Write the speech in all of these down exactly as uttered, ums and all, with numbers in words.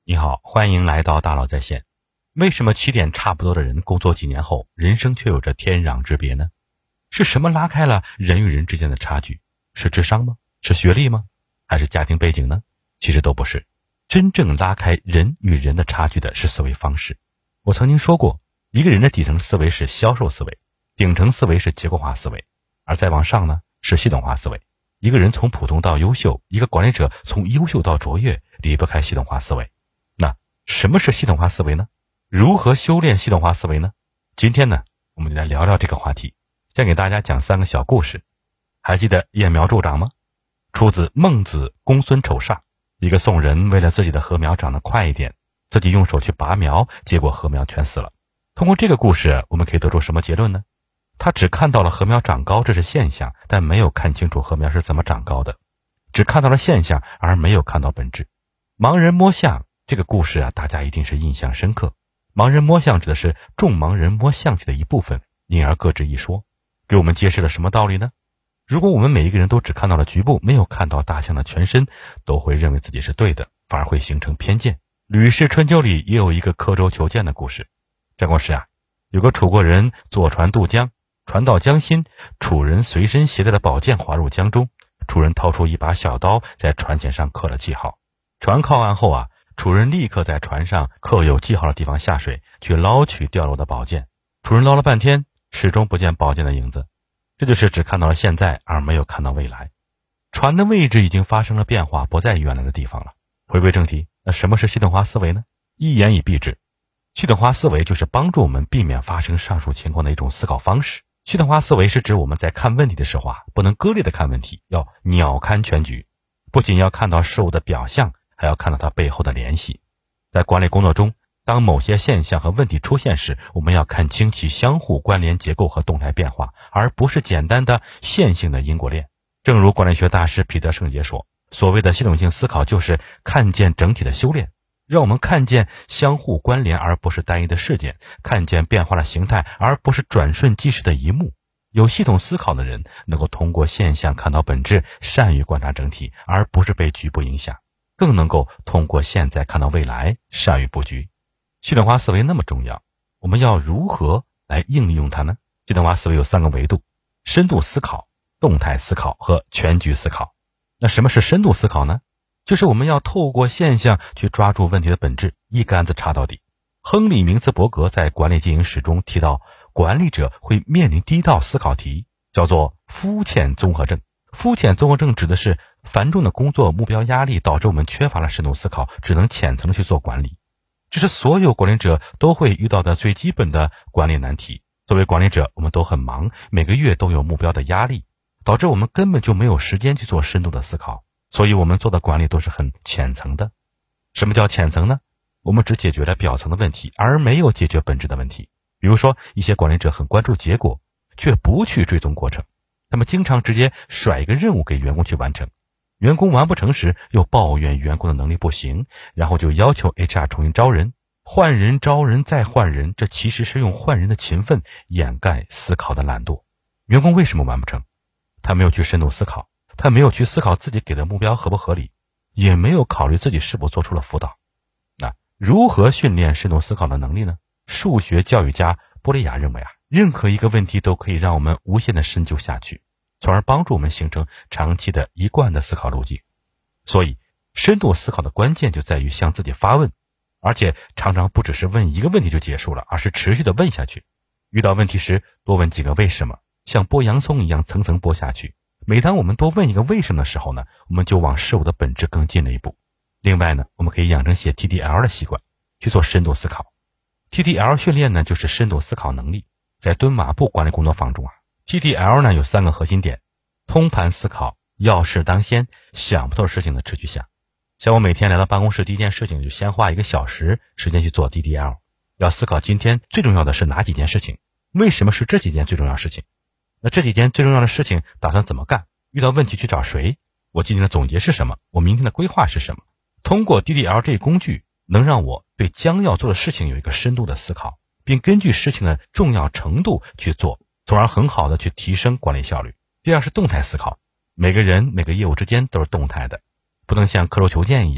你好，欢迎来到大佬在线。为什么起点差不多的人工作几年后，人生却有着天壤之别呢？是什么拉开了人与人之间的差距？是智商吗？是学历吗？还是家庭背景呢？其实都不是。真正拉开人与人的差距的是思维方式。我曾经说过，一个人的底层思维是销售思维，顶层思维是结构化思维，而再往上呢是系统化思维。一个人从普通到优秀，一个管理者从优秀到卓越，离不开系统化思维。那什么是系统化思维呢？如何修炼系统化思维呢？今天呢，我们就来聊聊这个话题。先给大家讲三个小故事。还记得揠苗助长吗？出自孟子公孙丑上。一个宋人为了自己的禾苗长得快一点，自己用手去拔苗，结果禾苗全死了。通过这个故事，我们可以得出什么结论呢？他只看到了禾苗长高，这是现象，但没有看清楚禾苗是怎么长高的，只看到了现象，而没有看到本质。盲人摸象这个故事啊，大家一定是印象深刻。盲人摸象指的是众盲人摸象棋的一部分，因而各执一说，给我们揭示了什么道理呢？如果我们每一个人都只看到了局部，没有看到大象的全身，都会认为自己是对的，反而会形成偏见。吕氏春秋里也有一个刻舟求剑的故事。战国时啊，有个楚国人坐船渡江，船到江心，楚人随身携带的宝剑滑入江中，楚人掏出一把小刀，在船舷上刻了记号。船靠岸后啊，楚人立刻在船上刻有记号的地方下水，去捞取掉落的宝剑。楚人捞了半天，始终不见宝剑的影子。这就是只看到了现在，而没有看到未来。船的位置已经发生了变化，不在原来的地方了。回归正题，那什么是系统化思维呢？一言以蔽之，系统化思维就是帮助我们避免发生上述情况的一种思考方式。系统化思维是指我们在看问题的时候啊，不能割裂的看问题，要鸟瞰全局，不仅要看到事物的表象，还要看到它背后的联系。在管理工作中，当某些现象和问题出现时，我们要看清其相互关联结构和动态变化，而不是简单的线性的因果链。正如管理学大师彼得圣杰说，所谓的系统性思考就是看见整体的修炼，让我们看见相互关联而不是单一的事件，看见变化的形态而不是转瞬即逝的一幕。有系统思考的人能够通过现象看到本质，善于观察整体，而不是被局部影响，更能够通过现在看到未来，善于布局。系统化思维那么重要，我们要如何来应用它呢？系统化思维有三个维度：深度思考、动态思考和全局思考。那什么是深度思考呢？就是我们要透过现象去抓住问题的本质，一竿子插到底。亨利·明茨伯格在管理经营史中提到，管理者会面临第一道思考题，叫做肤浅综合症。肤浅综合症指的是繁重的工作目标压力导致我们缺乏了深度思考，只能浅层的去做管理。这是所有管理者都会遇到的最基本的管理难题。作为管理者，我们都很忙，每个月都有目标的压力，导致我们根本就没有时间去做深度的思考，所以我们做的管理都是很浅层的。什么叫浅层呢？我们只解决了表层的问题，而没有解决本质的问题。比如说，一些管理者很关注结果，却不去追踪过程，他们经常直接甩一个任务给员工去完成，员工完不成时又抱怨员工的能力不行，然后就要求 H R 重新招人，换人招人再换人，这其实是用换人的勤奋掩盖思考的懒惰。员工为什么完不成？他没有去深度思考，他没有去思考自己给的目标合不合理，也没有考虑自己是否做出了辅导。那如何训练深度思考的能力呢？数学教育家波利亚认为啊，任何一个问题都可以让我们无限的深究下去，从而帮助我们形成长期的一贯的思考路径。所以深度思考的关键就在于向自己发问，而且常常不只是问一个问题就结束了，而是持续的问下去。遇到问题时多问几个为什么，像剥洋葱一样层层剥下去。每当我们多问一个为什么的时候呢，我们就往事物的本质更近了一步。另外呢，我们可以养成写 T D L 的习惯，去做深度思考。T D L 训练呢，就是深度思考能力。在敦马步管理工作坊中啊，T D L 呢有三个核心点：通盘思考、要事当先、想不透事情的持续想。像我每天来到办公室，第一件事情就先花一个小时时间去做 T D L， 要思考今天最重要的是哪几件事情，为什么是这几件最重要的事情，那这几件最重要的事情打算怎么干，遇到问题去找谁，我今天的总结是什么，我明天的规划是什么。通过 D D L 这一工具，能让我对将要做的事情有一个深度的思考，并根据事情的重要程度去做，从而很好的去提升管理效率。第二是动态思考，每个人每个业务之间都是动态的，不能像刻舟求剑一样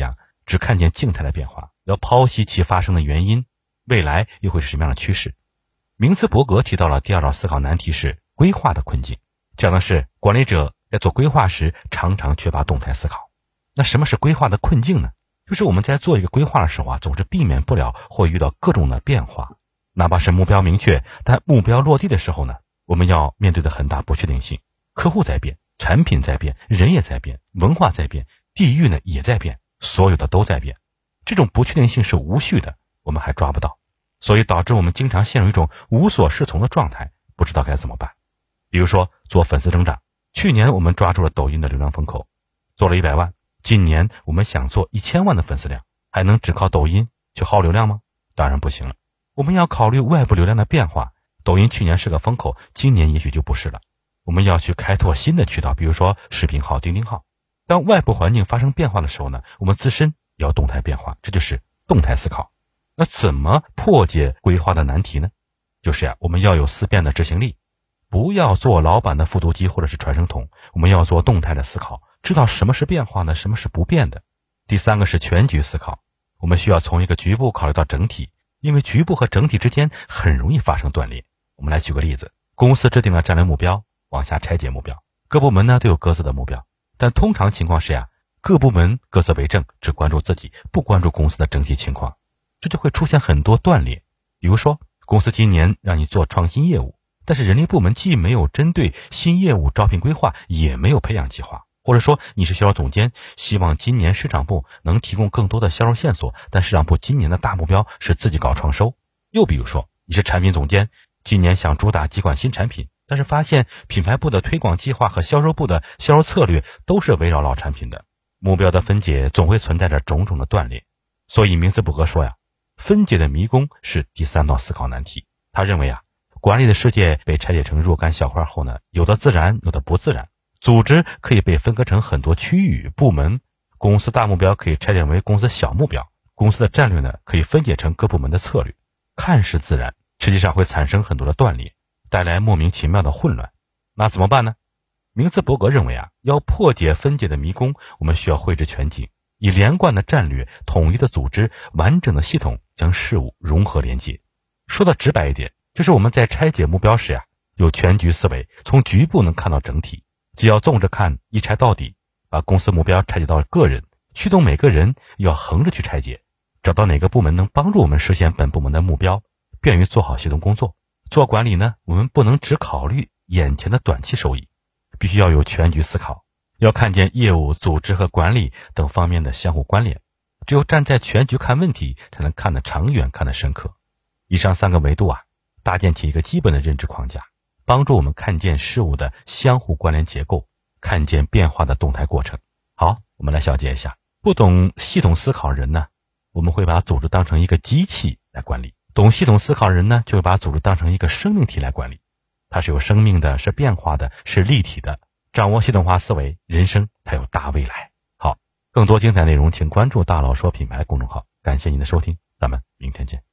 只看见静态的变化，要剖析其发生的原因，未来又会是什么样的趋势。明茨伯格提到了第二道思考难题是规划的困境，讲的是管理者在做规划时常常缺乏动态思考。那什么是规划的困境呢？就是我们在做一个规划的时候啊，总是避免不了会遇到各种的变化，哪怕是目标明确，但目标落地的时候呢，我们要面对的很大不确定性。客户在变，产品在变，人也在变，文化在变，地域呢也在变，所有的都在变。这种不确定性是无序的，我们还抓不到，所以导致我们经常陷入一种无所适从的状态，不知道该怎么办。比如说做粉丝增长，去年我们抓住了抖音的流量风口，做了一百万，今年我们想做一千万的粉丝量，还能只靠抖音去薅流量吗？当然不行了。我们要考虑外部流量的变化，抖音去年是个风口，今年也许就不是了。我们要去开拓新的渠道，比如说视频号、钉钉号。当外部环境发生变化的时候呢，我们自身也要动态变化，这就是动态思考。那怎么破解规划的难题呢？就是呀、啊，我们要有思辨的执行力，不要做老板的复读机或者是传声筒，我们要做动态的思考，知道什么是变化呢，什么是不变的。第三个是全局思考，我们需要从一个局部考虑到整体，因为局部和整体之间很容易发生断裂。我们来举个例子，公司制定了战略目标，往下拆解目标，各部门呢都有各自的目标，但通常情况是呀，各部门各自为政，只关注自己，不关注公司的整体情况，这就会出现很多断裂。比如说公司今年让你做创新业务，但是人力部门既没有针对新业务招聘规划，也没有培养计划，或者说你是销售总监，希望今年市场部能提供更多的销售线索，但市场部今年的大目标是自己搞创收。又比如说你是产品总监，今年想主打几款新产品，但是发现品牌部的推广计划和销售部的销售策略都是围绕老产品的，目标的分解总会存在着种种的断裂。所以明茨伯格说呀，分解的迷宫是第三道思考难题。他认为啊，管理的世界被拆解成若干小块后呢，有的自然，有的不自然。组织可以被分割成很多区域、部门，公司大目标可以拆解为公司小目标，公司的战略呢可以分解成各部门的策略。看似自然，实际上会产生很多的断裂，带来莫名其妙的混乱。那怎么办呢？明茨伯格认为啊，要破解分解的迷宫，我们需要绘制全景，以连贯的战略、统一的组织、完整的系统将事物融合连接。说的直白一点，就是我们在拆解目标时呀、啊，有全局思维，从局部能看到整体，既要纵着看，一拆到底，把公司目标拆解到个人，驱动每个人要横着去拆解，找到哪个部门能帮助我们实现本部门的目标，便于做好系统工作。做管理呢，我们不能只考虑眼前的短期收益，必须要有全局思考，要看见业务、组织和管理等方面的相互关联。只有站在全局看问题，才能看得长远，看得深刻。以上三个维度啊，搭建起一个基本的认知框架，帮助我们看见事物的相互关联结构，看见变化的动态过程。好，我们来小结一下。不懂系统思考人呢，我们会把组织当成一个机器来管理；懂系统思考人呢，就会把组织当成一个生命体来管理。它是有生命的，是变化的，是立体的。掌握系统化思维，人生才有大未来。好，更多精彩内容请关注大佬说品牌公众号。感谢您的收听，咱们明天见。